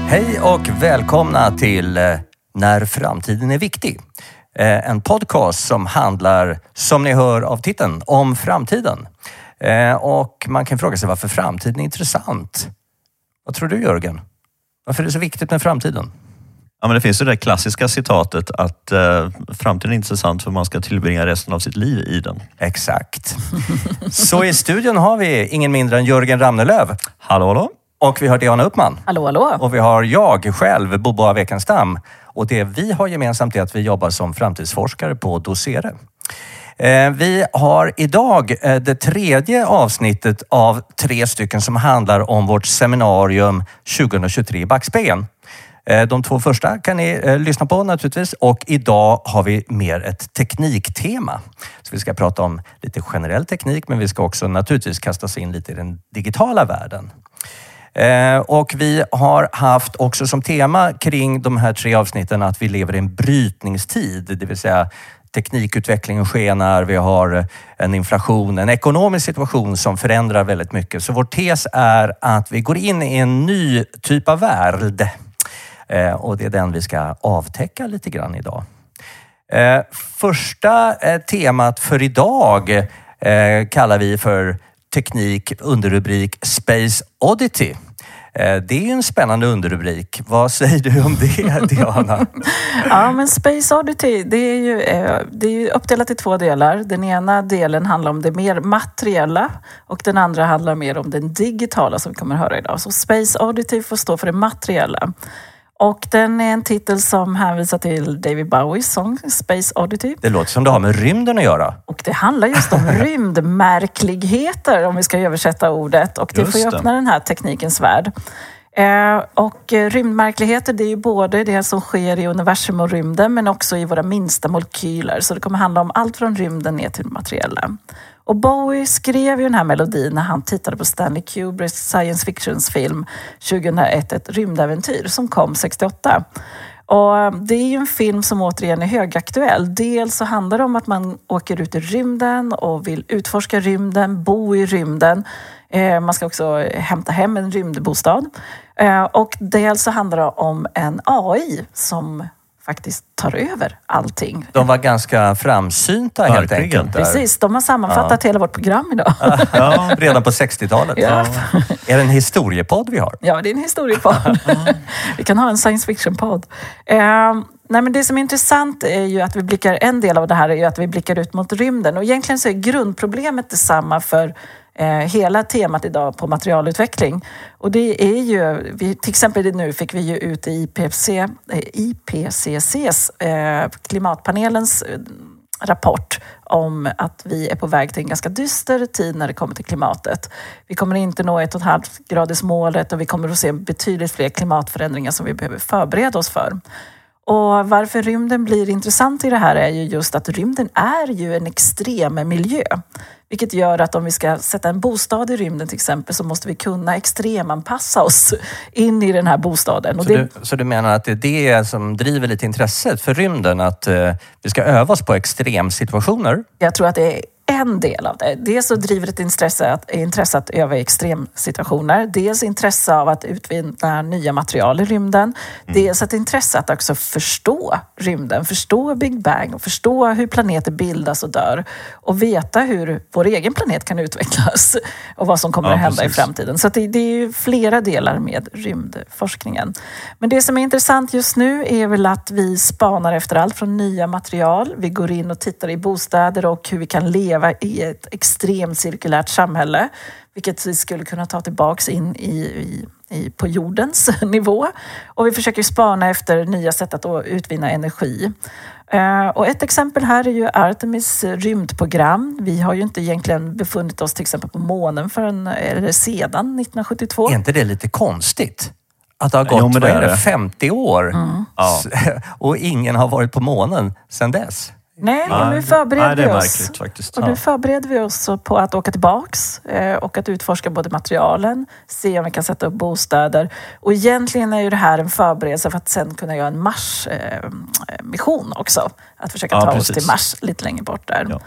Hej och välkomna till När framtiden är viktig. En podcast som handlar, som ni hör av titeln, om framtiden. Och man kan fråga sig varför framtiden är intressant. Vad tror du, Jörgen? Varför är det så viktigt med framtiden? Ja, men det finns ju det klassiska citatet att framtiden är intressant för man ska tillbringa resten av sitt liv i den. Exakt. Så i studion har vi ingen mindre än Jörgen Ramnelöv. Hallå, hallå. Och vi har Diana Uppman. Hallå, hallå. Och vi har jag själv, Bobo Wekenstam. Och det vi har gemensamt är att vi jobbar som framtidsforskare på Dosere. Vi har idag det tredje avsnittet av 3 stycken som handlar om vårt seminarium 2023 i backspegeln. De 2 första kan ni lyssna på naturligtvis, och idag har vi mer ett tekniktema. Så vi ska prata om lite generell teknik, men vi ska också naturligtvis kasta oss in lite i den digitala världen. Och vi har haft också som tema kring de här 3 avsnitten att vi lever i en brytningstid, det vill säga teknikutvecklingen skenar, vi har en inflation, en ekonomisk situation som förändrar väldigt mycket. Så vår tes är att vi går in i en ny typ av värld. Och det är den vi ska avtäcka lite grann idag. Första temat för idag kallar vi för teknik, underrubrik Space Oddity. Det är ju en spännande underrubrik. Vad säger du om det, Diana? Ja, men Space Oddity, det är ju uppdelat i 2 delar. Den ena delen handlar om det mer materiella och den andra handlar mer om den digitala som vi kommer att höra idag. Så Space Oddity får stå för det materiella. Och den är en titel som hänvisar till David Bowies sång Space Oddity. Det låter som det har med rymden att göra. Och det handlar just om rymdmärkligheter, om vi ska översätta ordet. Och det får ju öppna den här teknikens värld. Och rymdmärkligheter, det är ju både det som sker i universum och rymden, men också i våra minsta molekyler. Så det kommer handla om allt från rymden ner till det materiella. Och Bowie skrev ju den här melodin när han tittade på Stanley Kubricks science fiction-film 2001, ett rymdäventyr som kom 68. Och det är ju en film som återigen är högaktuell. Dels så handlar det om att man åker ut i rymden och vill utforska rymden, bo i rymden. Man ska också hämta hem en rymdbostad. Och dels så handlar det om en AI som faktiskt tar över allting. De var ganska framsynta helt enkelt. Precis, de har sammanfattat hela vårt program idag. Ja, redan på 60-talet. Ja. Är det en historiepodd vi har? Ja, det är en historiepodd. Vi kan ha en science fiction-podd. Nej, men det som är intressant är ju att en del av det här är ju att vi blickar ut mot rymden. Och egentligen så är grundproblemet detsamma för hela temat idag på materialutveckling. Och det är ju, till exempel nu fick vi ju ut i IPCCs, klimatpanelens rapport om att vi är på väg till en ganska dyster tid när det kommer till klimatet. Vi kommer inte nå 1,5-gradersmålet och vi kommer att se betydligt fler klimatförändringar som vi behöver förbereda oss för. Och varför rymden blir intressant i det här är ju just att rymden är ju en extrem miljö. Vilket gör att om vi ska sätta en bostad i rymden till exempel så måste vi kunna extremanpassa oss in i den här bostaden. Så du menar att det är det som driver lite intresset för rymden? Att vi ska öva oss på extremsituationer? Jag tror att det är en del av det. Dels så driver ett intresse att öva i extremsituationer. Dels intresse av att utvinna nya material i rymden. Dels ett intresse att också förstå rymden. Förstå Big Bang och förstå hur planeter bildas och dör. Och veta hur vår egen planet kan utvecklas. Och vad som kommer att hända i framtiden. Så det är ju flera delar med rymdforskningen. Men det som är intressant just nu är väl att vi spanar efter allt från nya material. Vi går in och tittar i bostäder och hur vi kan leva i ett extremt cirkulärt samhälle, vilket vi skulle kunna ta tillbaks in på jordens nivå. Och vi försöker spana efter nya sätt att utvinna energi. Och ett exempel här är ju Artemis rymdprogram. Vi har ju inte egentligen befunnit oss till exempel på månen sedan 1972. Är inte det lite konstigt? Att det har gått 50 år och ingen har varit på månen sedan dess. Nej, och nu förbereder vi oss. Faktiskt. Och nu förbereder vi oss på att åka tillbaks och att utforska både materialen, se om vi kan sätta upp bostäder. Och egentligen är ju det här en förberedelse för att sen kunna göra en Mars-mission också. Att försöka ta oss till Mars lite längre bort där. Ja.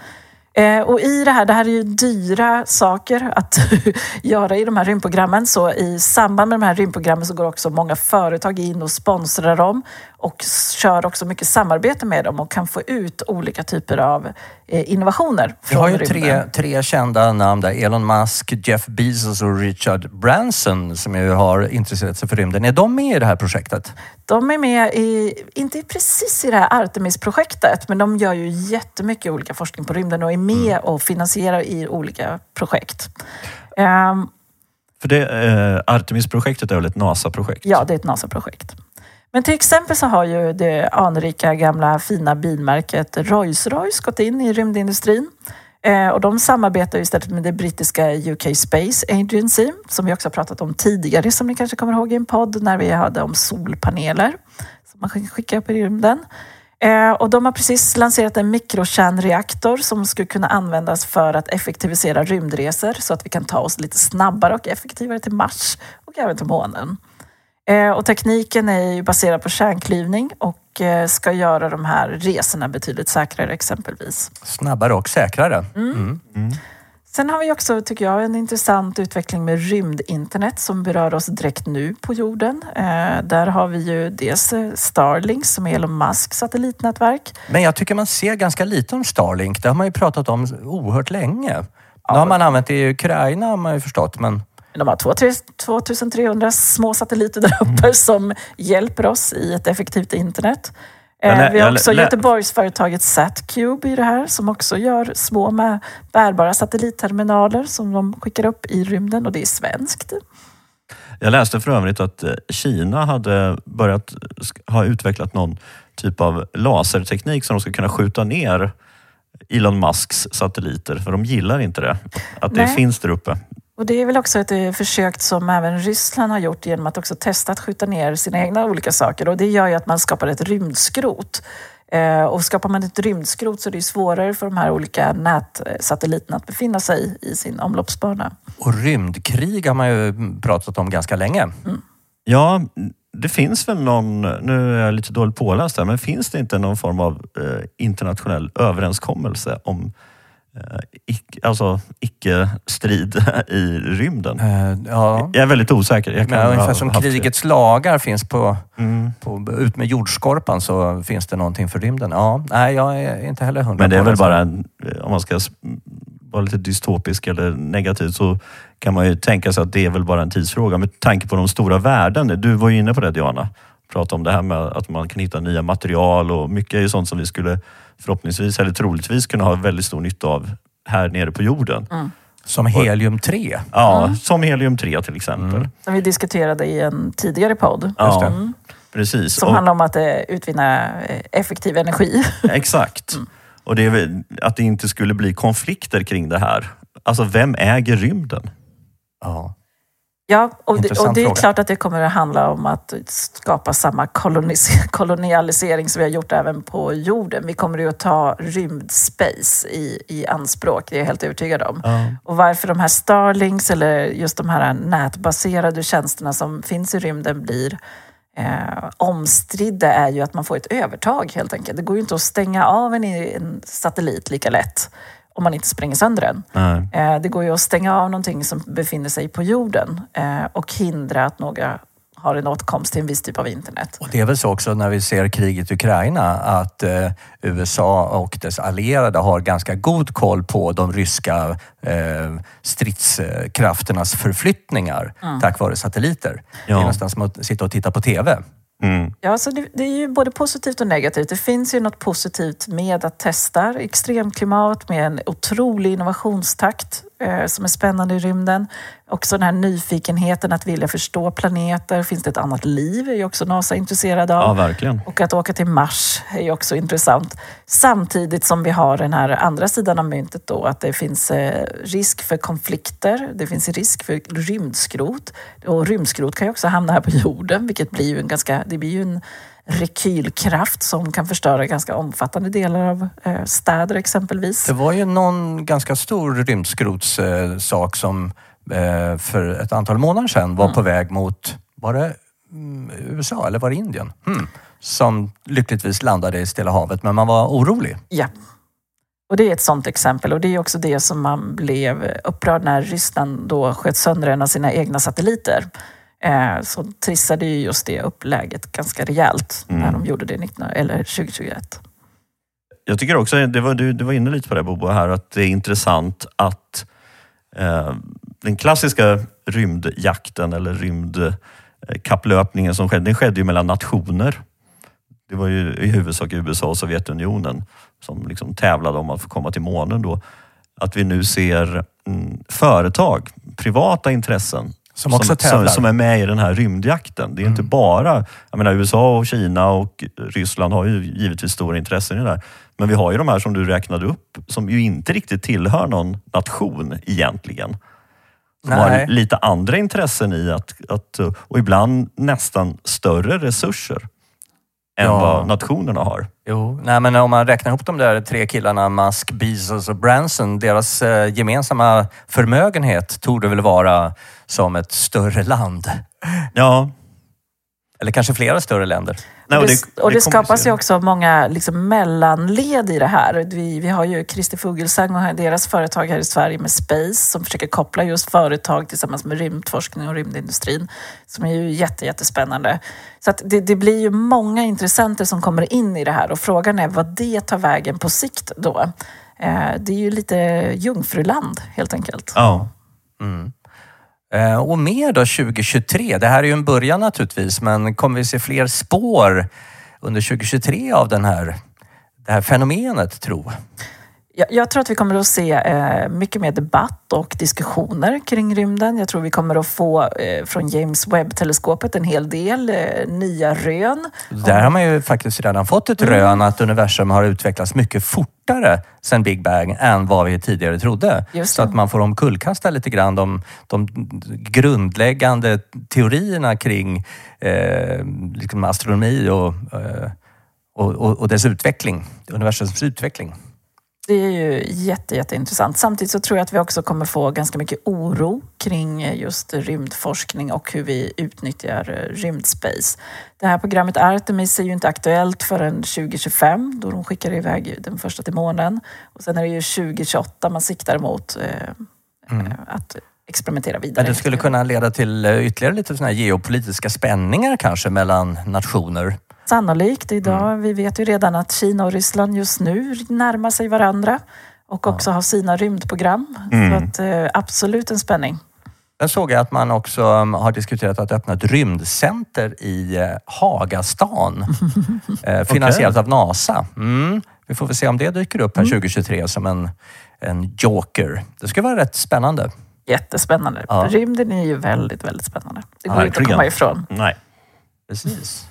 Och i det här är ju dyra saker att göra i de här rymdprogrammen. Så i samband med de här rymdprogrammen så går också många företag in och sponsrar dem och kör också mycket samarbete med dem och kan få ut olika typer av innovationer Vi har ju rymden. tre kända namn där. Elon Musk, Jeff Bezos och Richard Branson som ju har intresserat sig för rymden. Är de med i det här projektet? De är med inte precis i det här Artemis-projektet, men de gör ju jättemycket olika forskning på rymden och är med och finansierar i olika projekt. För det Artemis-projektet är väl ett NASA-projekt? Ja, det är ett NASA-projekt. Men till exempel så har ju det anrika gamla fina bilmärket Rolls-Royce gått in i rymdindustrin. Och de samarbetar istället med det brittiska UK Space Agency som vi också har pratat om tidigare, som ni kanske kommer ihåg i en podd när vi hade om solpaneler som man skickar upp i rymden. Och de har precis lanserat en mikrokärnreaktor som skulle kunna användas för att effektivisera rymdresor så att vi kan ta oss lite snabbare och effektivare till Mars och även till månen. Och tekniken är ju baserad på kärnklyvning och ska göra de här resorna betydligt säkrare exempelvis. Snabbare och säkrare. Sen har vi också, tycker jag, en intressant utveckling med rymdinternet som berör oss direkt nu på jorden. Där har vi ju dels Starlink som är Elon Musks satellitnätverk. Men jag tycker man ser ganska lite om Starlink. Det har man ju pratat om oerhört länge. Nu har man använt det i Ukraina, har man ju förstått, men... De har 2300 små satelliter där uppe som hjälper oss i ett effektivt internet. Vi har också Göteborgsföretaget SatCube i det här som också gör små med bärbara satellitterminaler som de skickar upp i rymden, och det är svenskt. Jag läste för övrigt att Kina hade ha utvecklat någon typ av laserteknik som de ska kunna skjuta ner Elon Musks satelliter, för de gillar inte det, att det finns där uppe. Och det är väl också ett försök som även Ryssland har gjort genom att också testa att skjuta ner sina egna olika saker. Och det gör ju att man skapar ett rymdskrot. Och skapar man ett rymdskrot så är det svårare för de här olika nätsatelliterna att befinna sig i sin omloppsbana. Och rymdkrig har man ju pratat om ganska länge. Ja, det finns väl någon, nu är jag lite dåligt påläst här, men finns det inte någon form av internationell överenskommelse om icke-strid i rymden? Ja. Jag är väldigt osäker. Ungefär som krigets lagar finns ut med jordskorpan, så finns det någonting för rymden. Ja, nej, jag är inte heller 100%. Men det är väl bara, om man ska vara lite dystopisk eller negativ, så kan man ju tänka sig att det är väl bara en tidsfråga med tanke på de stora värden. Du var ju inne på det, Diana. Prata om det här med att man kan hitta nya material, och mycket är ju sånt som vi skulle förhoppningsvis eller troligtvis kunna ha väldigt stor nytta av här nere på jorden. Som helium-3. Ja, som helium-3 till exempel. Som vi diskuterade i en tidigare podd. Ja, precis. Som handlar om att utvinna effektiv energi. Exakt. Och det är väl att det inte skulle bli konflikter kring det här. Alltså, vem äger rymden? Ja, och det är fråga. klart att det kommer att handla om att skapa samma kolonialisering som vi har gjort även på jorden. Vi kommer ju att ta rymdspace i anspråk, det är jag helt övertygad om. Och varför de här Starlinks eller just de här nätbaserade tjänsterna som finns i rymden blir omstridda är ju att man får ett övertag helt enkelt. Det går ju inte att stänga av en satellit lika lätt om man inte spränger sönder den. Det går ju att stänga av någonting som befinner sig på jorden och hindra att några har en åtkomst till en viss typ av internet. Och det är väl så också när vi ser kriget i Ukraina att USA och dess allierade har ganska god koll på de ryska stridskrafternas förflyttningar tack vare satelliter. Ja. Det är nästan som att sitta och titta på TV. Ja, så det är ju både positivt och negativt. Det finns ju något positivt med att testa extremklimat med en otrolig innovationstakt som är spännande i rymden. Också den här nyfikenheten att vilja förstå planeter. Finns det ett annat liv är ju också NASA intresserad av. Ja, verkligen. Och att åka till Mars är ju också intressant. Samtidigt som vi har den här andra sidan av myntet då, att det finns risk för konflikter. Det finns risk för rymdskrot. Och rymdskrot kan ju också hamna här på jorden, vilket blir ju det blir ju en rekylkraft som kan förstöra ganska omfattande delar av städer exempelvis. Det var ju någon ganska stor rymdskrotssak som för ett antal månader sedan var på väg mot, var det USA eller var det Indien? Som lyckligtvis landade i Stilla havet, men man var orolig. Ja. Och det är ett sådant exempel, och det är också det som man blev upprörd när Ryssland då sköt sönder en av sina egna satelliter. Så trissade ju just det uppläget ganska rejält när de gjorde det 2021. Jag tycker också, du var inne lite på det Bobo här, att det är intressant att den klassiska rymdjakten eller rymdkapplöpningen som skedde, den skedde ju mellan nationer. Det var ju i huvudsak USA och Sovjetunionen som liksom tävlade om att få komma till månen då. Att vi nu ser företag, privata intressen som är med i den här rymdjakten. Det är inte bara, jag menar USA och Kina och Ryssland har ju givetvis stora intressen i det där. Men vi har ju de här som du räknade upp som ju inte riktigt tillhör någon nation egentligen. Som har lite andra intressen i att och ibland nästan större resurser än vad nationerna har. Jo, men om man räknar ihop de där 3 killarna, Musk, Bezos och Branson, deras gemensamma förmögenhet torde väl vara som ett större land. Ja. Eller kanske flera större länder. Och det skapas ju också många liksom mellanled i det här. Vi har ju Christer Fuglesang och deras företag här i Sverige med Space som försöker koppla just företag tillsammans med rymdforskning och rymdindustrin som är ju jättespännande. Så att det blir ju många intressenter som kommer in i det här och frågan är vad det tar vägen på sikt då. Det är ju lite jungfruland helt enkelt. Ja. Och mer då 2023, det här är ju en början naturligtvis, men kommer vi se fler spår under 2023 av det här fenomenet, tro? Jag tror att vi kommer att se mycket mer debatt och diskussioner kring rymden. Jag tror vi kommer att få från James Webb-teleskopet en hel del nya rön. Där har man ju faktiskt redan fått ett rön att universum har utvecklats mycket fortare sedan Big Bang än vad vi tidigare trodde. Så att man får omkullkasta lite grann de grundläggande teorierna kring liksom astronomi och dess utveckling, universums utveckling. Det är ju jätteintressant. Samtidigt så tror jag att vi också kommer få ganska mycket oro kring just rymdforskning och hur vi utnyttjar rymdspace. Det här programmet Artemis är ju inte aktuellt förrän 2025 då de skickar iväg den första till månen. Och sen är det ju 2028 man siktar mot att experimentera vidare. Men det skulle kunna leda till ytterligare lite såna här geopolitiska spänningar kanske mellan nationer. Sannolikt idag. Vi vet ju redan att Kina och Ryssland just nu närmar sig varandra och också har sina rymdprogram. Så att, absolut en spänning. Jag såg att man också har diskuterat att öppna ett rymdcenter i Hagastan. Finansierat av NASA. Vi får väl se om det dyker upp här 2023 som en joker. Det ska vara rätt spännande. Jättespännande. Ja. Rymden är ju väldigt spännande. Det går inte att komma ifrån. Nej. Precis.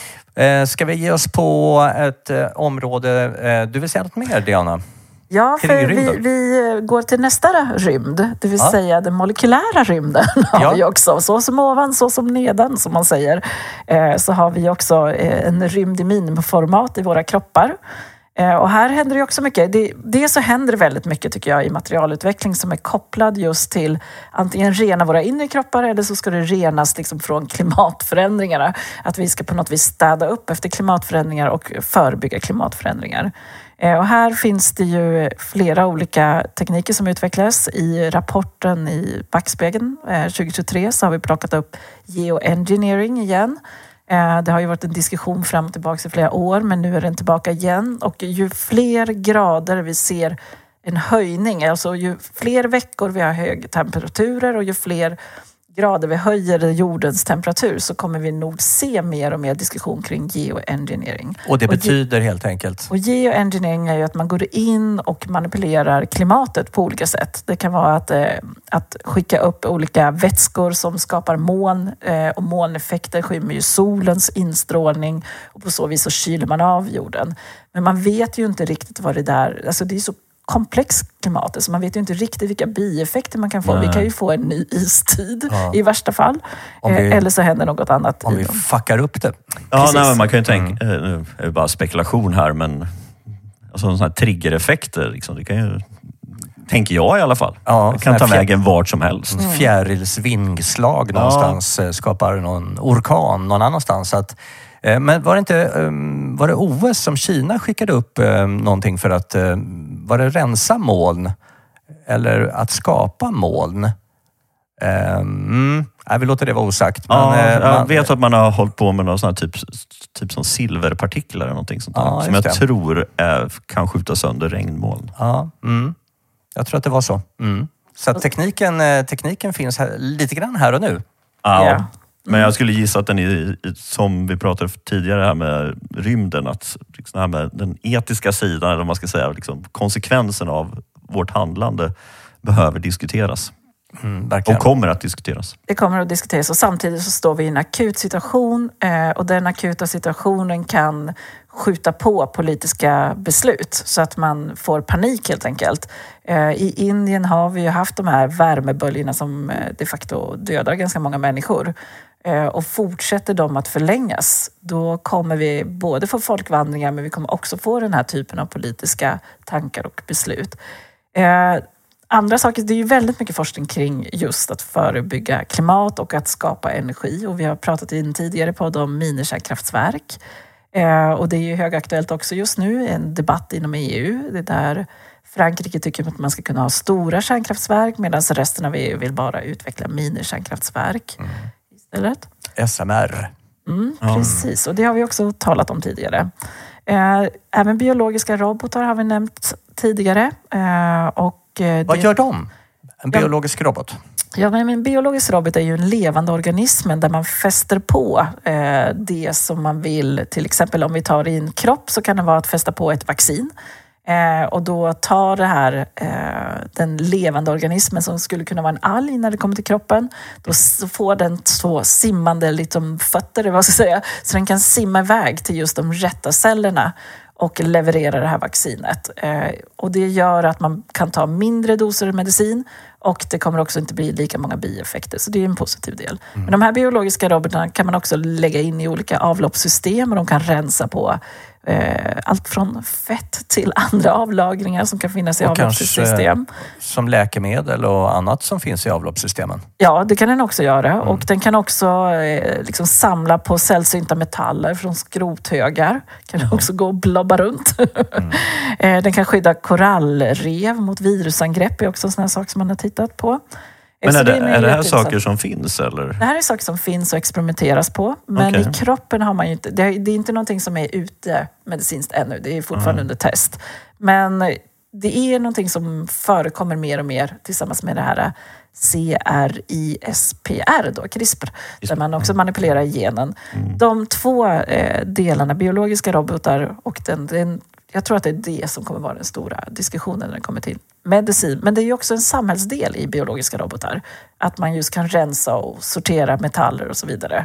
Ska vi ge oss på ett område... Du vill säga något mer, Diana? Ja, för vi går till nästa rymd, det vill säga den molekylära rymden har vi också. Så som ovan, så som nedan, som man säger. Så har vi också en rymd i minimumformat i våra kroppar. Och här händer det också mycket. Det så händer väldigt mycket tycker jag i materialutveckling som är kopplad just till antingen rena våra inre kroppar eller så ska det renas liksom från klimatförändringarna. Att vi ska på något vis städa upp efter klimatförändringar och förebygga klimatförändringar. Och här finns det ju flera olika tekniker som utvecklas. I rapporten i backspegeln 2023 så har vi plockat upp geoengineering igen. Det har ju varit en diskussion fram och tillbaka i flera år men nu är den tillbaka igen. Och ju fler grader vi ser en höjning, alltså ju fler veckor vi har hög temperaturer och ju fler grader vi höjer jordens temperatur så kommer vi nog se mer och mer diskussion kring geoengineering. Och det betyder helt enkelt? Och geoengineering är ju att man går in och manipulerar klimatet på olika sätt. Det kan vara att skicka upp olika vätskor som skapar moln och molneffekter skymmer ju solens instrålning och på så vis så kyler man av jorden. Men man vet ju inte riktigt vad det där, alltså det är så komplex klimatet så man vet ju inte riktigt vilka bieffekter man kan få. Nej. Vi kan ju få en ny istid i värsta fall. Eller så händer något annat. Om vi fuckar upp det. Ja, nej, man kan ju tänka, nu är det bara spekulation här, men alltså sådana här triggereffekter, liksom, det kan ju, tänker jag i alla fall. Ja, det kan ta vägen vart som helst. Fjärilsvingslag någonstans skapar någon orkan någon annanstans. Så att, men var det OS som Kina skickade upp någonting för att var det rensa moln eller att skapa moln? Vi låter det vara osagt. Men, jag vet att man har hållit på med någon sån här typ som silverpartiklar eller någonting sånt där, som jag tror kan skjuta sönder regnmoln. Ja, jag tror att det var så. Så att tekniken finns här, lite grann här och nu. Ja. Men jag skulle gissa att den är, som vi pratade tidigare här med rymden, att liksom här med den etiska sidan, eller vad man ska säga, liksom konsekvensen av vårt handlande behöver diskuteras. Och kommer att diskuteras. Det kommer att diskuteras och samtidigt så står vi i en akut situation och den akuta situationen kan skjuta på politiska beslut så att man får panik helt enkelt. I Indien har vi ju haft de här värmeböljorna som de facto dödar ganska många människor. Och fortsätter de att förlängas, då kommer vi både få folkvandringar, men vi kommer också få den här typen av politiska tankar och beslut. Andra saker, det är ju väldigt mycket forskning kring just att förebygga klimat och att skapa energi. Och vi har pratat in tidigare på om minikärnkraftverk. Och det är ju högaktuellt också just nu, en debatt inom EU. Det är där Frankrike tycker att man ska kunna ha stora kärnkraftverk medan resten av EU vill bara utveckla minikärnkraftverk istället. SMR. Precis, och det har vi också talat om tidigare. Även biologiska robotar har vi nämnt tidigare. Vad gör de? En biologisk robot? Ja, men en biologisk robot är ju en levande organism där man fäster på det som man vill. Till exempel om vi tar i en kropp så kan det vara att fästa på ett vaccin. Och då tar det här den levande organismen som skulle kunna vara en alg när det kommer till kroppen. Då får den så simmande liksom fötter, vad ska jag säga, så den kan simma iväg till just de rätta cellerna och leverera det här vaccinet. Och det gör att man kan ta mindre doser medicin och det kommer också inte bli lika många bieffekter. Så det är en positiv del. Men de här biologiska robotarna kan man också lägga in i olika avloppssystem och de kan rensa på allt från fett till andra avlagringar som kan finnas i avloppssystem. Som läkemedel och annat som finns i avloppssystemen. Ja, det kan den också göra. Och den kan också liksom samla på sällsynta metaller från skrothögar. Kan också gå och blobba runt. Den kan skydda korallrev mot virusangrepp. är också en sån här sak som man har tittat på. Men är det här saker som finns eller? Det här är saker som finns och experimenteras på. Men i kroppen har man ju inte... Det är inte någonting som är ute medicinskt ännu. Det är fortfarande under test. Men det är någonting som förekommer mer och mer tillsammans med det här CRISPR, då, CRISPR, där man också manipulerar genen. De två delarna, biologiska robotar och jag tror att det är det som kommer vara den stora diskussionen när det kommer till medicin. Men det är ju också en samhällsdel i biologiska robotar. Att man just kan rensa och sortera metaller och så vidare.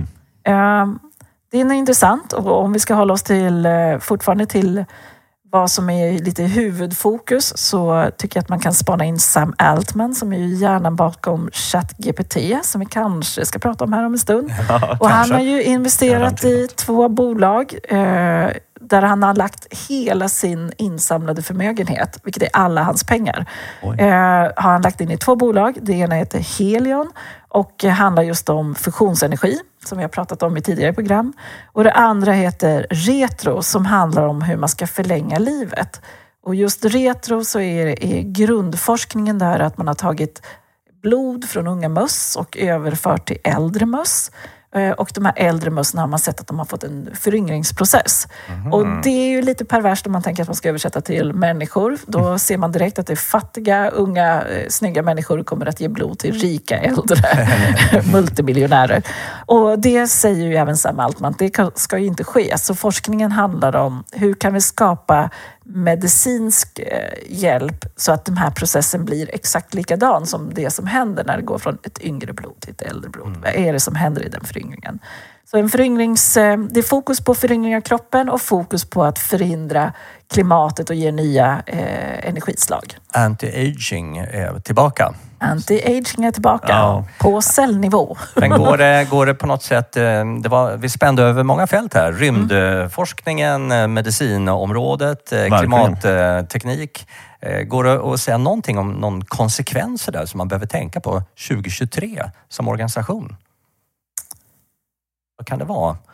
Det är intressant. Och om vi ska hålla oss fortfarande till vad som är lite huvudfokus, så tycker jag att man kan spana in Sam Altman som är ju hjärnan bakom ChatGPT som vi kanske ska prata om här om en stund. Ja, och han har ju investerat i 2 bolag där han har lagt hela sin insamlade förmögenhet, vilket är alla hans pengar. Har han lagt in i 2 bolag. Det ena heter Helion och handlar just om fusionsenergi som vi har pratat om i tidigare program. Och det andra heter Retro som handlar om hur man ska förlänga livet. Och just Retro så är grundforskningen där att man har tagit blod från unga möss och överfört till äldre möss. Och de här äldre mössen har man sett att de har fått en föryngringsprocess. Och det är ju lite perverst om man tänker att man ska översätta till människor. Då ser man direkt att det är fattiga, unga, snygga människor kommer att ge blod till rika, äldre multimiljonärer. Och det säger ju även Sam Altman, det ska ju inte ske. Så forskningen handlar om hur kan vi skapa medicinsk hjälp så att den här processen blir exakt likadan som det som händer när det går från ett yngre blod till ett äldre blod. Vad är det som händer i den föryngringen? Så det är fokus på föryngring av kroppen och fokus på att förhindra klimatet och ge nya energislag. Anti-aging är tillbaka. Anti-aging är tillbaka på cellnivå. Men går det på något sätt, vi spände över många fält här. Rymdforskningen, medicinområdet, klimatteknik. Går det att säga någonting om någon konsekvenser där som man behöver tänka på 2023 som organisation? Vad kan det vara?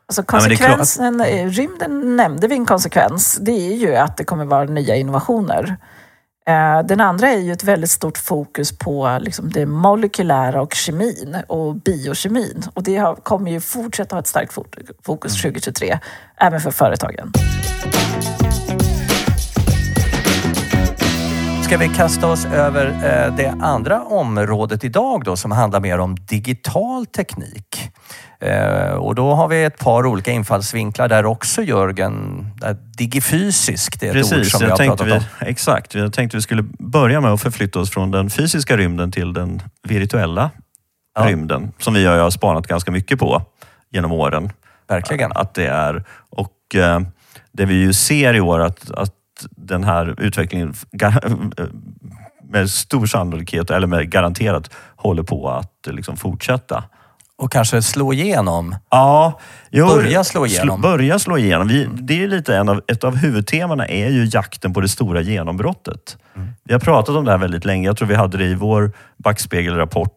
Alltså konsekvensen, rymden nämnde vi en konsekvens, det är ju att det kommer vara nya innovationer. Den andra är ju ett väldigt stort fokus på liksom det molekylära och kemin och biokemin. Och det kommer ju fortsätta ha ett starkt fokus 2023, även för företagen. Ska vi kasta oss över det andra området idag då, som handlar mer om digital teknik? Och då har vi ett par olika infallsvinklar där också, Jörgen. Digifysisk, det är ett ord som vi har pratat om. Exakt, jag tänkte vi skulle börja med att förflytta oss från den fysiska rymden till den virtuella rymden, som vi har spanat ganska mycket på genom åren. Verkligen. Att det är, och det vi ju ser i år att den här utvecklingen med stor sannolikhet, eller med garanterat, håller på att liksom fortsätta. Och kanske slå igenom. Ja, börja slå igenom. Börja slå igenom. Det är lite ett av huvudtemana är ju jakten på det stora genombrottet. Vi har pratat om det här väldigt länge. Jag tror vi hade det i vår backspegelrapport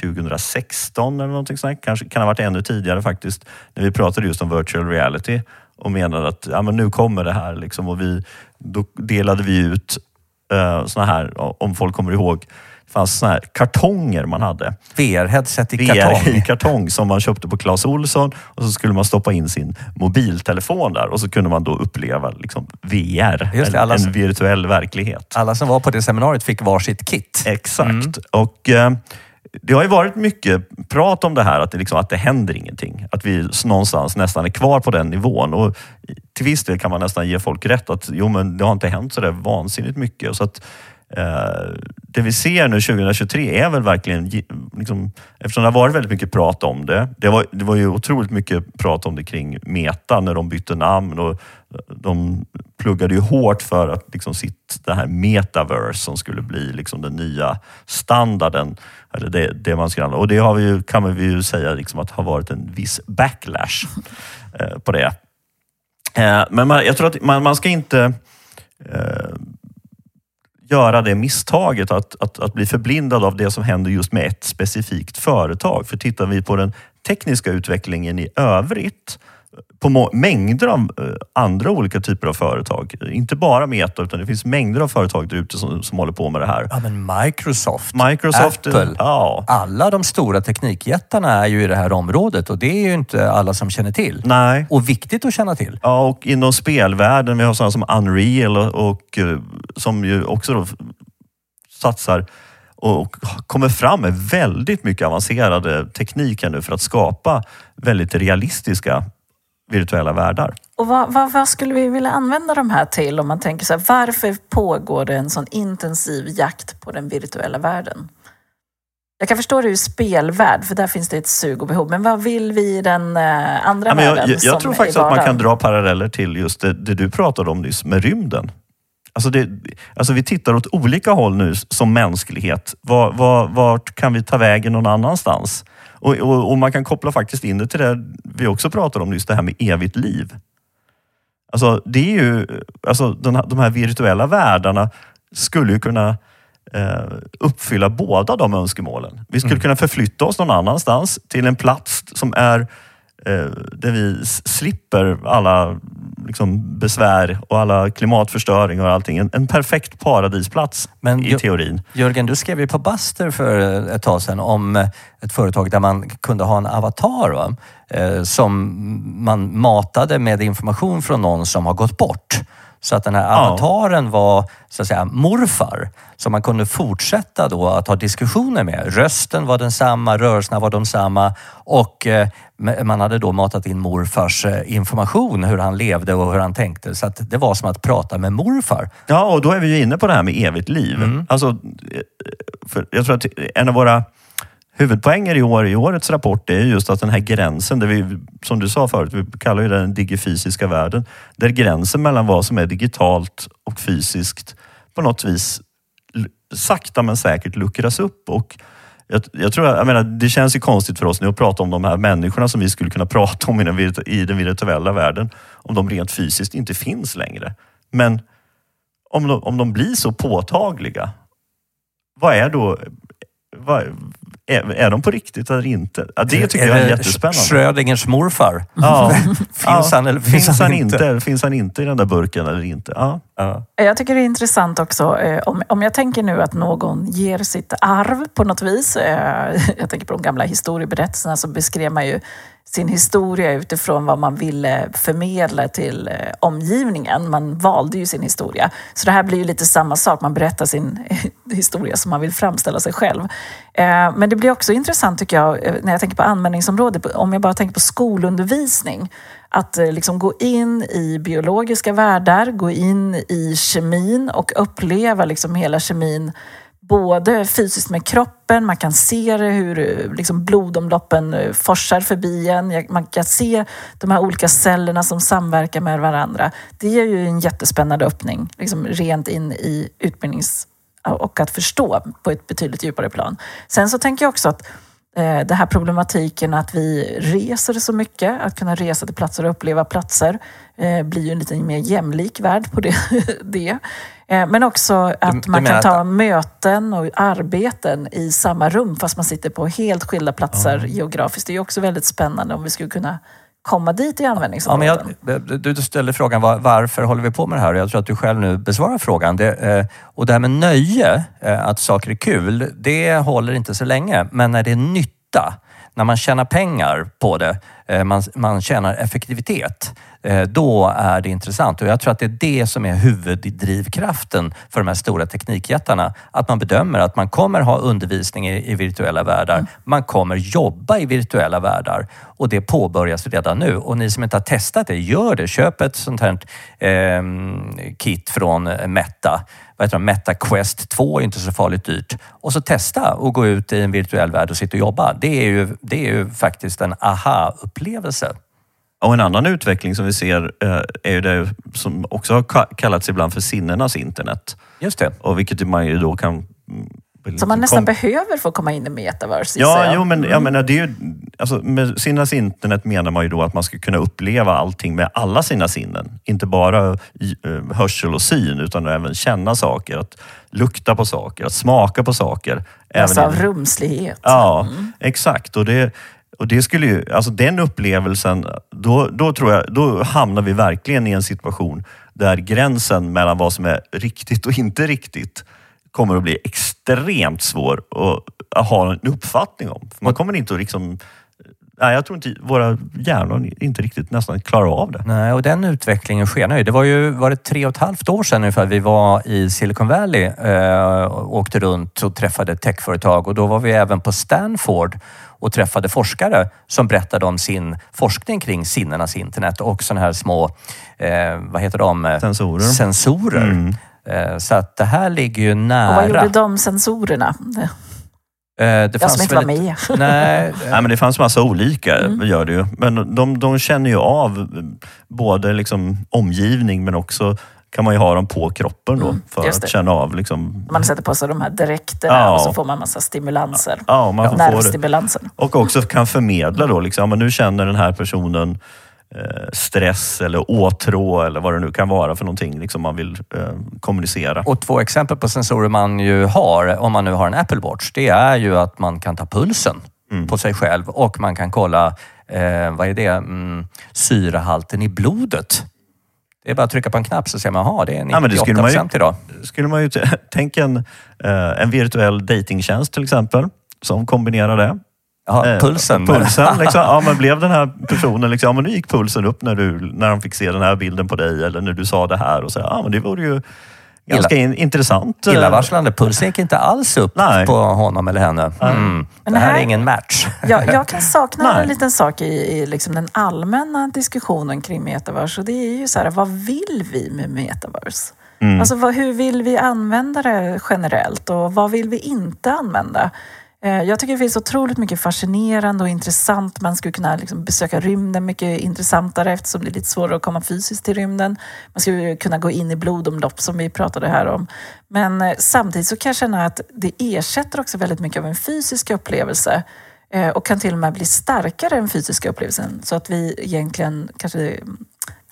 2016 eller någonting sånt. Kanske kan ha varit ännu tidigare faktiskt. När vi pratade just om virtual reality och menade att men nu kommer det här liksom. Och då delade vi ut såna här, om folk kommer ihåg, det fanns såna här kartonger man hade. VR-headset i kartong. VR i kartong som man köpte på Clas Ohlson, och så skulle man stoppa in sin mobiltelefon där och så kunde man då uppleva liksom VR, just det, en virtuell verklighet. Alla som var på det seminariet fick varsitt kit. Exakt. Och det har ju varit mycket prat om det här, att det händer ingenting. Att vi någonstans nästan är kvar på den nivån. Och till viss del kan man nästan ge folk rätt att men det har inte hänt så där vansinnigt mycket. Så att det vi ser nu 2023 är väl verkligen, liksom, eftersom det har varit väldigt mycket prat om det. Det var ju otroligt mycket prat om det kring Meta när de bytte namn, och de pluggade ju hårt för att liksom det här metaverse som skulle bli liksom den nya standarden, eller det man ska använda. Och det kan vi ju säga liksom att har varit en viss backlash på det. Men jag tror att man ska inte göra det misstaget att bli förblindad av det som händer just med ett specifikt företag. För tittar vi på den tekniska utvecklingen i övrigt på mängder av andra olika typer av företag. Inte bara Meta, utan det finns mängder av företag där ute som håller på med det här. Ja, men Microsoft, Apple, alla de stora teknikjättarna är ju i det här området, och det är ju inte alla som känner till. Nej. Och viktigt att känna till. Ja, och inom spelvärlden, vi har sådana som Unreal och som ju också då satsar och kommer fram med väldigt mycket avancerade tekniker nu för att skapa väldigt realistiska virtuella världar. Och vad skulle vi vilja använda de här till, om man tänker så här, varför pågår det en sån intensiv jakt på den virtuella världen? Jag kan förstå det ur spelvärld, för där finns det ett sug och behov. Men vad vill vi i den andra världen? Jag tror faktiskt att man kan dra paralleller till just det du pratade om nyss med rymden. Alltså vi tittar åt olika håll nu som mänsklighet. Vart kan vi ta vägen någon annanstans? Och man kan koppla faktiskt in det till det vi också pratade om nyss, det här med evigt liv. Alltså det är ju, de här virtuella världarna skulle ju kunna uppfylla båda de önskemålen. Vi skulle kunna förflytta oss någon annanstans till en plats som är där vi slipper alla liksom besvär och alla klimatförstöring och allting. En perfekt paradisplats i teorin. Jörgen, du skrev ju på Buster för ett tag sedan om ett företag där man kunde ha en avatar som man matade med information från någon som har gått bort. Så att den här avataren var så att säga morfar som man kunde fortsätta då att ha diskussioner med. Rösten var densamma, rörelserna var densamma, och man hade då matat in morfars information, hur han levde och hur han tänkte. Så att det var som att prata med morfar. Ja, och då är vi ju inne på det här med evigt liv. Alltså, för jag tror att en av våra huvudpoänger i årets rapport är just att den här gränsen, där vi, som du sa förut, vi kallar ju den digifysiska världen, där gränsen mellan vad som är digitalt och fysiskt på något vis sakta men säkert luckras upp. Och jag tror, det känns ju konstigt för oss nu att prata om de här människorna som vi skulle kunna prata om i den virtuella världen, om de rent fysiskt inte finns längre. Men om de blir så påtagliga, vad är då... är de på riktigt eller inte? Ja, det tycker jag är jättespännande. Schrödingers morfar. Ja. Finns han eller finns han inte? Finns han inte i den där burken eller inte? Ja. Jag tycker det är intressant också, om jag tänker nu att någon ger sitt arv på något vis. Jag tänker på de gamla historieberättelserna, så beskrev man ju sin historia utifrån vad man ville förmedla till omgivningen. Man valde ju sin historia. Så det här blir ju lite samma sak. Man berättar sin historia som man vill framställa sig själv. Men det blir också intressant tycker jag, när jag tänker på användningsområdet, om jag bara tänker på skolundervisning. Att liksom gå in i biologiska världar, gå in i kemin och uppleva liksom hela kemin både fysiskt med kroppen, man kan se det, hur liksom blodomloppen forsar förbi en. Man kan se de här olika cellerna som samverkar med varandra. Det är ju en jättespännande öppning, liksom rent in i utbildnings- och att förstå på ett betydligt djupare plan. Sen så tänker jag också att det här problematiken att vi reser så mycket, att kunna resa till platser och uppleva platser blir ju en lite mer jämlik värld på det. Men också att man kan ta möten och arbeten i samma rum fast man sitter på helt skilda platser geografiskt. Det är ju också väldigt spännande om vi skulle kunna komma dit i användningsområden. Du ställde frågan varför håller vi på med det här? Jag tror att du själv nu besvarar frågan. Och det här med nöje, att saker är kul, det håller inte så länge. Men när det är nytta, när man tjänar pengar på det, man tjänar effektivitet, då är det intressant. Och jag tror att det är det som är huvuddrivkraften för de här stora teknikjättarna. Att man bedömer att man kommer ha undervisning i virtuella världar. Man kommer jobba i virtuella världar. Och det påbörjas redan nu. Och ni som inte har testat det, gör det. Köp ett sånt här kit från Meta. Meta Quest 2 är inte så farligt dyrt. Och så testa och gå ut i en virtuell värld och sitta och jobba. Det är ju faktiskt en aha-upplevelse. Och en annan utveckling som vi ser är ju det som också har kallats ibland för sinnenas internet. Just det. Och vilket man ju då kan... Så man nästan behöver få komma in i metaverse. Ja, men jag menar, det är ju, alltså, med sinnenas internet menar man ju då att man ska kunna uppleva allting med alla sina sinnen. Inte bara hörsel och syn, utan även känna saker, att lukta på saker, att smaka på saker. Alltså av rumslighet. Ja, exakt. Och det skulle ju, alltså den upplevelsen, då tror jag, då hamnar vi verkligen i en situation där gränsen mellan vad som är riktigt och inte riktigt kommer att bli extremt svår att ha en uppfattning om. Man kommer inte att liksom... Nej, jag tror inte våra hjärnor inte riktigt nästan klarar av det. Nej, och den utvecklingen sker nu. Det var 3,5 år sedan ungefär vi var i Silicon Valley och åkte runt och träffade techföretag. Och då var vi även på Stanford och träffade forskare som berättade om sin forskning kring sinnenas internet och sådana här små, vad heter de? Sensorer. Mm. Så att det här ligger ju nära. Och vad gjorde de sensorerna? Det fanns inte var med. Nej, men det fanns massa olika, gör det ju. Men de känner ju av både liksom omgivning, men också kan man ju ha dem på kroppen då för att känna av liksom... Man sätter på sig de här dräkterna och så får man massa stimulanser. Ja, man får nervstimulanser. Och också kan förmedla då liksom, men nu känner den här personen stress eller åtrå eller vad det nu kan vara för någonting liksom man vill kommunicera. Och 2 exempel på sensorer man ju har, om man nu har en Apple Watch, det är ju att man kan ta pulsen på sig själv och man kan kolla syrehalten i blodet. Det är bara att trycka på en knapp så ser man, det är 98% idag. Skulle man ju tänka en virtuell datingtjänst till exempel som kombinerar det. Ja, pulsen liksom. Ja, men blev den här personen liksom, men nu gick pulsen upp när de fick se den här bilden på dig eller när du sa det här och så. Ja, men det vore ju ganska intressant. Illavarslande. Pulsen gick inte alls upp på honom eller henne. Det här är ingen match. Jag kan sakna en liten sak i liksom den allmänna diskussionen kring metaverse, och det är ju så här, vad vill vi med metaverse? Alltså hur vill vi använda det generellt och vad vill vi inte använda? Jag tycker det finns otroligt mycket fascinerande och intressant. Man skulle kunna liksom besöka rymden mycket intressantare eftersom det är lite svårare att komma fysiskt till rymden. Man skulle kunna gå in i blodomlopp som vi pratade här om. Men samtidigt så kan jag känna att det ersätter också väldigt mycket av en fysisk upplevelse och kan till och med bli starkare än fysiska upplevelsen. Så att vi egentligen kanske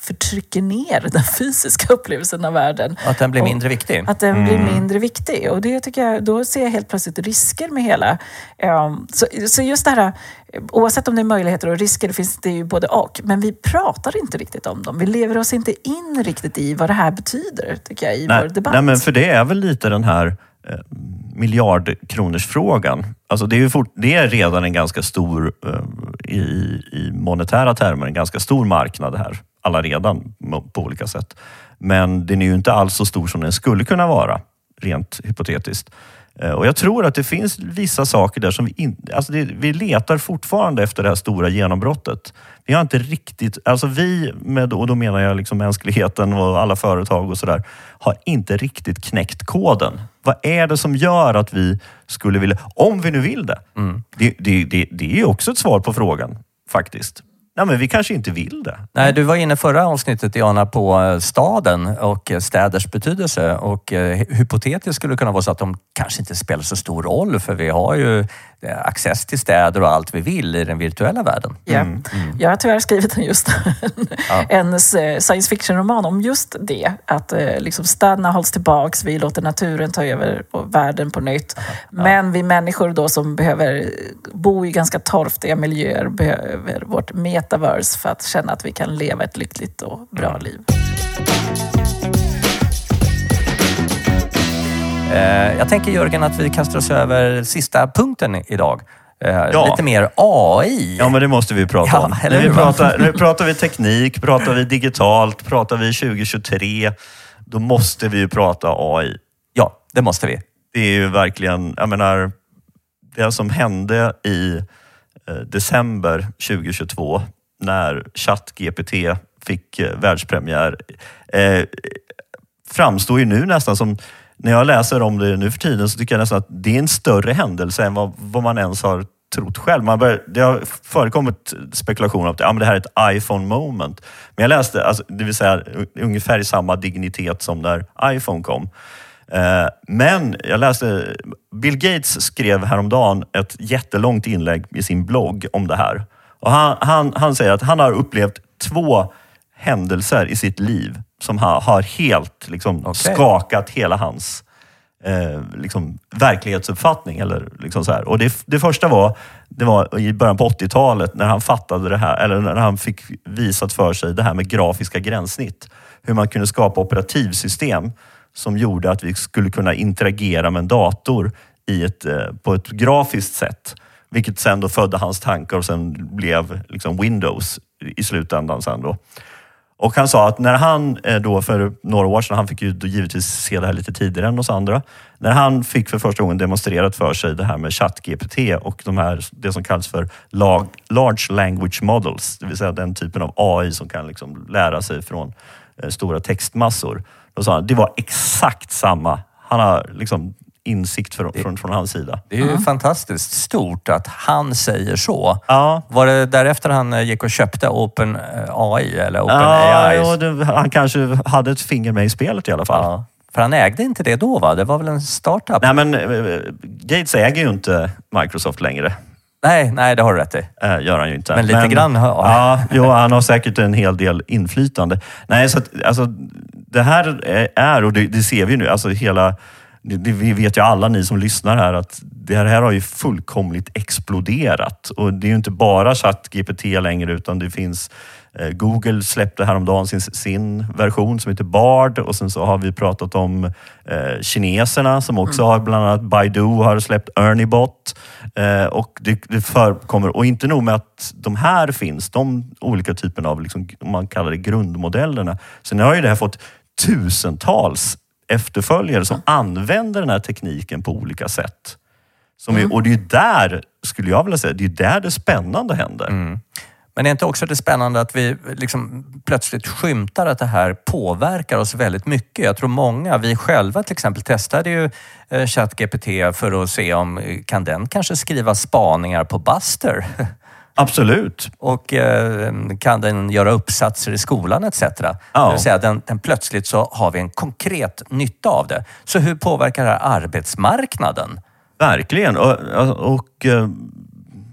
förtrycker ner den fysiska upplevelsen av världen. Att den blir mindre viktig. Att den blir mindre viktig. Och det tycker jag, då ser jag helt plötsligt risker med hela. Så just det här, oavsett om det är möjligheter och risker, det finns det ju både och. Men vi pratar inte riktigt om dem. Vi lever oss inte in riktigt i vad det här betyder, tycker jag, i vår debatt. Nej, men för det är väl lite den här miljardkronorsfrågan. Alltså det är redan en ganska stor, i monetära termer, en ganska stor marknad här. Alla redan på olika sätt. Men den är ju inte alls så stor som den skulle kunna vara, rent hypotetiskt. Och jag tror att det finns vissa saker där som vi letar fortfarande efter det här stora genombrottet. Vi har inte riktigt, och då menar jag liksom mänskligheten och alla företag och sådär, har inte riktigt knäckt koden. Vad är det som gör att vi skulle vilja, om vi nu vill det? Det är ju också ett svar på frågan, faktiskt. Nej, men vi kanske inte vill det. Nej, du var inne förra avsnittet, Diana, på staden och städers betydelse. Och hypotetiskt skulle det kunna vara så att de kanske inte spelar så stor roll, för vi har ju access till städer och allt vi vill i den virtuella världen. Jag har tyvärr skrivit en science fiction-roman om just det. Att liksom städerna hålls tillbaks, vi låter naturen ta över världen på nytt. Men vi människor då som behöver bo i ganska torftiga miljöer behöver vårt metaverse för att känna att vi kan leva ett lyckligt och bra liv. Jag tänker, Jörgen, att vi kastar oss över sista punkten idag. Lite mer AI. Ja, men det måste vi prata om. Nu pratar vi teknik, pratar vi digitalt, pratar vi 2023. Då måste vi ju prata AI. Ja, det måste vi. Det är ju verkligen, jag menar, det som hände i december 2022 när ChatGPT fick världspremiär framstår ju nu nästan som, när jag läser om det nu för tiden, så tycker jag nästan att det är en större händelse än vad man ens har trott själv. Det har förekommit spekulationer om att det här är ett iPhone moment. Men jag läste, det vill säga ungefär i samma dignitet som när iPhone kom. Men jag läste, Bill Gates skrev häromdagen ett jättelångt inlägg i sin blogg om det här. Och han säger att han har upplevt 2 händelser i sitt liv som har helt skakat hela hans verklighetsuppfattning. Eller liksom så här. Och det första var i början på 80-talet när han fattade det här, eller när han fick visat för sig det här med grafiska gränssnitt. Hur man kunde skapa operativsystem som gjorde att vi skulle kunna interagera med en dator på ett grafiskt sätt. Vilket sen då födde hans tankar och sen blev Windows i slutändan sen då. Och han sa att när han då för några år sedan, han fick ju då givetvis se det här lite tidigare än oss andra. När han fick för första gången demonstrerat för sig det här med ChatGPT och det som kallas för large language models. Det vill säga den typen av AI som kan lära sig från stora textmassor. Då sa han, det var exakt samma. Han har insikt från hans sida. Det är ju fantastiskt stort att han säger så. Ja. Var det därefter han gick och köpte OpenAI eller OpenAI? Ja, han kanske hade ett finger med i spelet i alla fall. Ja. För han ägde inte det då, va? Det var väl en startup? Nej, men Gates äger ju inte Microsoft längre. Nej, det har du rätt i. Gör han ju inte. Men lite grann. Han har säkert en hel del inflytande. Nej, så att, det här är, och det ser vi nu, vi vet ju alla ni som lyssnar här att det här har ju fullkomligt exploderat. Och det är ju inte bara ChatGPT längre, utan det finns Google släppte häromdagen sin version som heter Bard, och sen så har vi pratat om kineserna som också har, bland annat Baidu har släppt ErnieBot, och det förekommer, och inte nog med att de här finns, de olika typerna av om man kallar det grundmodellerna. Sen har ju det här fått tusentals efterföljare som använder den här tekniken på olika sätt. Och det är ju där, skulle jag vilja säga, det är där det spännande händer. Mm. Men är inte också det spännande att vi plötsligt skymtar att det här påverkar oss väldigt mycket? Jag tror många, vi själva till exempel, testade ju ChatGPT för att se om kan den kanske skriva spaningar på Buster? Absolut. Och kan den göra uppsatser i skolan etc. Ja. Det vill säga, den plötsligt så har vi en konkret nytta av det. Så hur påverkar det här arbetsmarknaden? Verkligen. Och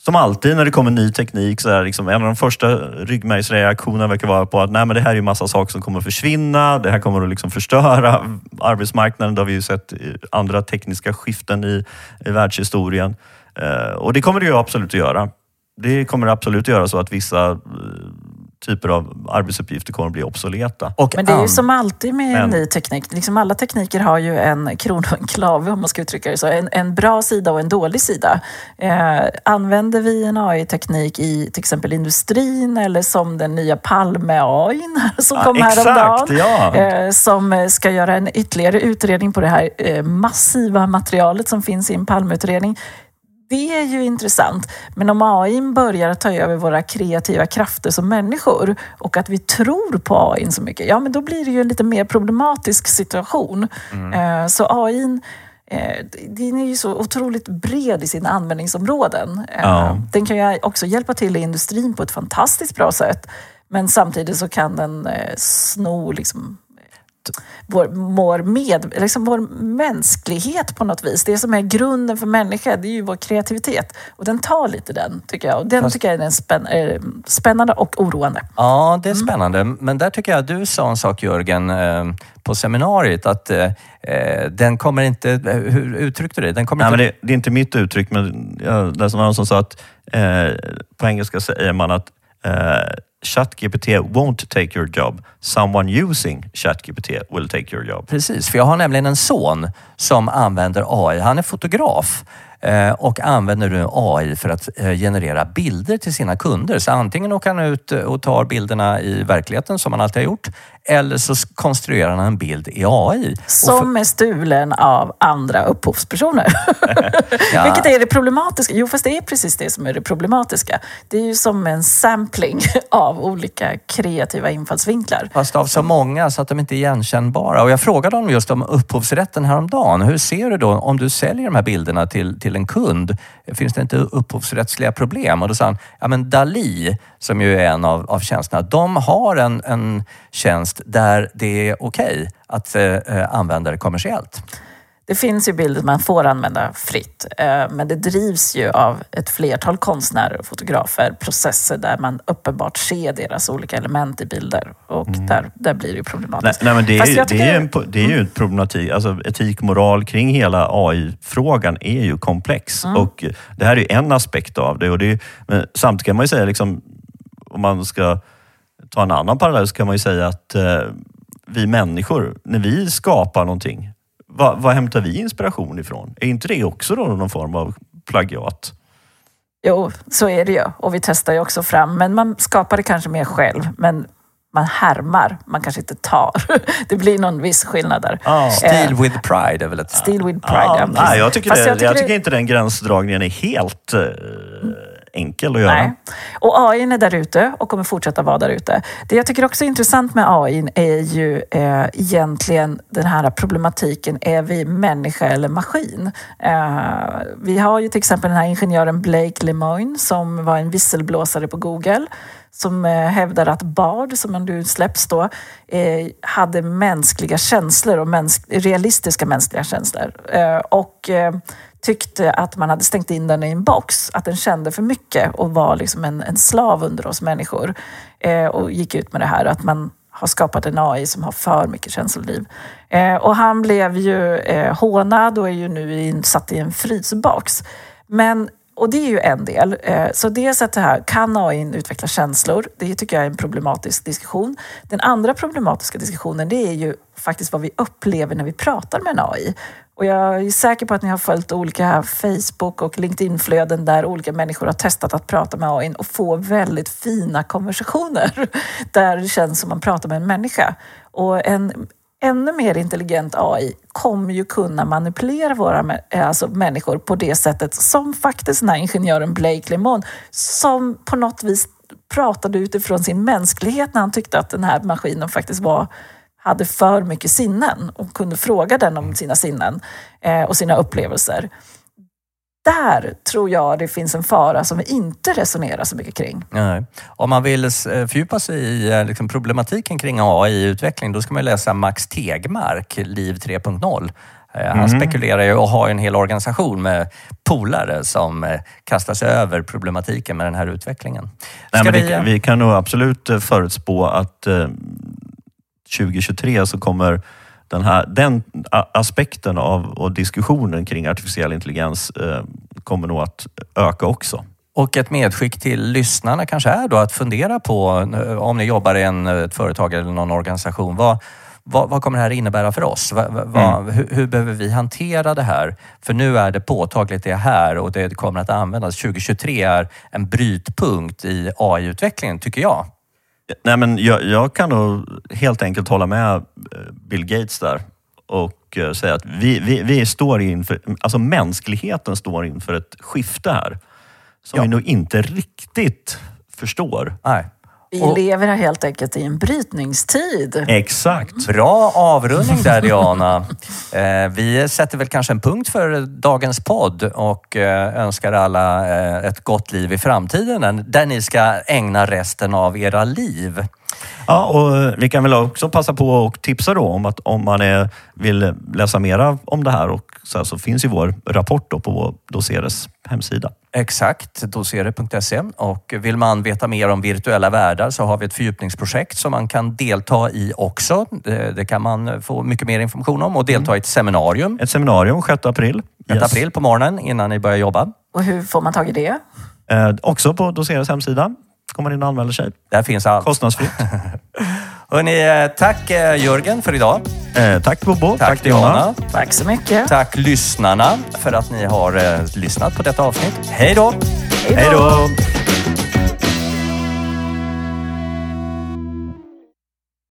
som alltid när det kommer ny teknik, så är liksom, en av de första ryggmärgsreaktionerna verkar vara på att nej, men det här är ju massa saker som kommer att försvinna. Det här kommer att liksom förstöra arbetsmarknaden. Det har vi ju sett andra tekniska skiften i världshistorien. Och det kommer det ju absolut att göra. Det kommer absolut att göra så att vissa typer av arbetsuppgifter kommer att bli obsoleta. Men det är ju som alltid med ny teknik. Liksom alla tekniker har ju en krona och en klave, om man ska uttrycka det så. En bra sida och en dålig sida. Använder vi en AI-teknik i till exempel industrin, eller som den nya Palme-AI som kom häromdagen, som ska göra en ytterligare utredning på det här massiva materialet som finns i en Palme-utredning. Det är ju intressant, men om AI börjar ta över våra kreativa krafter som människor och att vi tror på AI så mycket, ja men då blir det ju en lite mer problematisk situation. Så AI, den är ju så otroligt bred i sina användningsområden. Den kan ju också hjälpa till i industrin på ett fantastiskt bra sätt, men samtidigt så kan den sno liksom vår mänsklighet på något vis. Det som är grunden för människan, det är ju vår kreativitet. Och den tar lite den, tycker jag. Och den tycker jag är spännande och oroande. Ja, det är spännande. Men där tycker jag att du sa en sak, Jörgen, på seminariet, att den kommer inte... Hur uttryckte du det? Den kommer Nej, inte... men det är inte mitt uttryck, men jag läste någon som sa att på engelska säger man att ChatGPT won't take your job. Someone using ChatGPT will take your job. Precis, för jag har nämligen en son som använder AI. Han är fotograf och använder nu AI för att generera bilder till sina kunder. Så antingen åker han ut och tar bilderna i verkligheten som han alltid har gjort, eller så konstruerar han en bild i AI. Som är stulen av andra upphovspersoner. Ja. Vilket är det problematiska? Jo, fast det är precis det som är det problematiska. Det är ju som en sampling av olika kreativa infallsvinklar. Fast av så många så att de inte är igenkännbara. Och jag frågade dem just om upphovsrätten häromdagen. Hur ser du då, om du säljer de här bilderna till en kund, finns det inte upphovsrättsliga problem? Och då sa han, ja men Dali, som ju är en av tjänsterna, de har en tjänst där det är okej att använda det kommersiellt. Det finns ju bilder man får använda fritt, men det drivs ju av ett flertal konstnärer och fotografer, processer där man uppenbart ser deras olika element i bilder, och där blir det ju problematiskt. Nej, men det är ju en problematik, alltså etik, moral kring hela AI-frågan är ju komplex, och det här är en aspekt av det, och men samtidigt kan man ju säga, liksom, om man ska ta en annan parallell, så kan man ju säga att vi människor, när vi skapar någonting, vad hämtar vi inspiration ifrån? Är inte det också då någon form av plagiat? Jo, så är det ju. Och vi testar ju också fram. Men man skapar det kanske mer själv. Men man härmar, man kanske inte tar. Det blir någon viss skillnad där. Steal with pride är väl ett... Steal with pride, nej, jag tycker inte den gränsdragningen är helt... enkel att göra. Nej. Och AI är där ute och kommer fortsätta vara där ute. Det jag tycker också är intressant med AI är ju egentligen den här problematiken, är vi människa eller maskin? Vi har ju till exempel den här ingenjören Blake Lemoine som var en visselblåsare på Google, som hävdar att Bard, som nu släpps då, hade mänskliga känslor och realistiska mänskliga känslor. Och tyckte att man hade stängt in den i en box, att den kände för mycket och var liksom en slav under oss människor, och gick ut med det här att man har skapat en AI som har för mycket känsloliv. Och han blev ju hånad och är ju nu satt i en frysbox. Och det är ju en del. Så dels att det här, kan AI utveckla känslor? Det tycker jag är en problematisk diskussion. Den andra problematiska diskussionen, det är ju faktiskt vad vi upplever när vi pratar med en AI. Och jag är säker på att ni har följt olika Facebook- och LinkedIn-flöden där olika människor har testat att prata med AI och få väldigt fina konversationer där det känns som man pratar med en människa. Och en ännu mer intelligent AI kommer ju kunna manipulera våra människor på det sättet som faktiskt den här ingenjören Blake Lemoine, som på något vis pratade utifrån sin mänsklighet när han tyckte att den här maskinen faktiskt hade för mycket sinnen och kunde fråga den om sina sinnen och sina upplevelser. Där tror jag det finns en fara som vi inte resonerar så mycket kring. Nej. Om man vill fördjupa sig i problematiken kring AI-utveckling, då ska man läsa Max Tegmark, Liv 3.0. Han spekulerar ju och har en hel organisation med polare som kastar sig över problematiken med den här utvecklingen. Vi kan nog absolut förutspå att 2023 så kommer den aspekten och diskussionen kring artificiell intelligens kommer nog att öka också. Och ett medskick till lyssnarna kanske är då att fundera på, om ni jobbar i ett företag eller någon organisation, vad kommer det här innebära för oss? Hur behöver vi hantera det här? För nu är det påtagligt det här och det kommer att användas. 2023 är en brytpunkt i AI-utvecklingen, tycker jag. Nej, men jag kan nog helt enkelt hålla med Bill Gates där och säga att vi står inför, alltså mänskligheten står inför ett skifte här som vi nog inte riktigt förstår. Nej. Vi lever helt enkelt i en brytningstid. Exakt. Bra avrundning där, Diana. Vi sätter väl kanske en punkt för dagens podd och önskar alla ett gott liv i framtiden där ni ska ägna resten av era liv. Ja, och vi kan väl också passa på och tipsa då om att om man vill läsa mera om det här och så finns ju vår rapport då på Doceres hemsida. Exakt, docere.se, och vill man veta mer om virtuella världar så har vi ett fördjupningsprojekt som man kan delta i också. Det kan man få mycket mer information om och delta i ett seminarium. Ett seminarium 6 april. 6 april på morgonen innan ni börjar jobba. Och hur får man tag i det? Också på Doceres hemsida. Kommer in och anmäler sig. Där finns allt. Kostnadsfritt. Hörrni, tack Jörgen för idag. Tack Bobo. Tack Diana. Tack så mycket. Tack lyssnarna för att ni har lyssnat på detta avsnitt. Hej då! Hej då!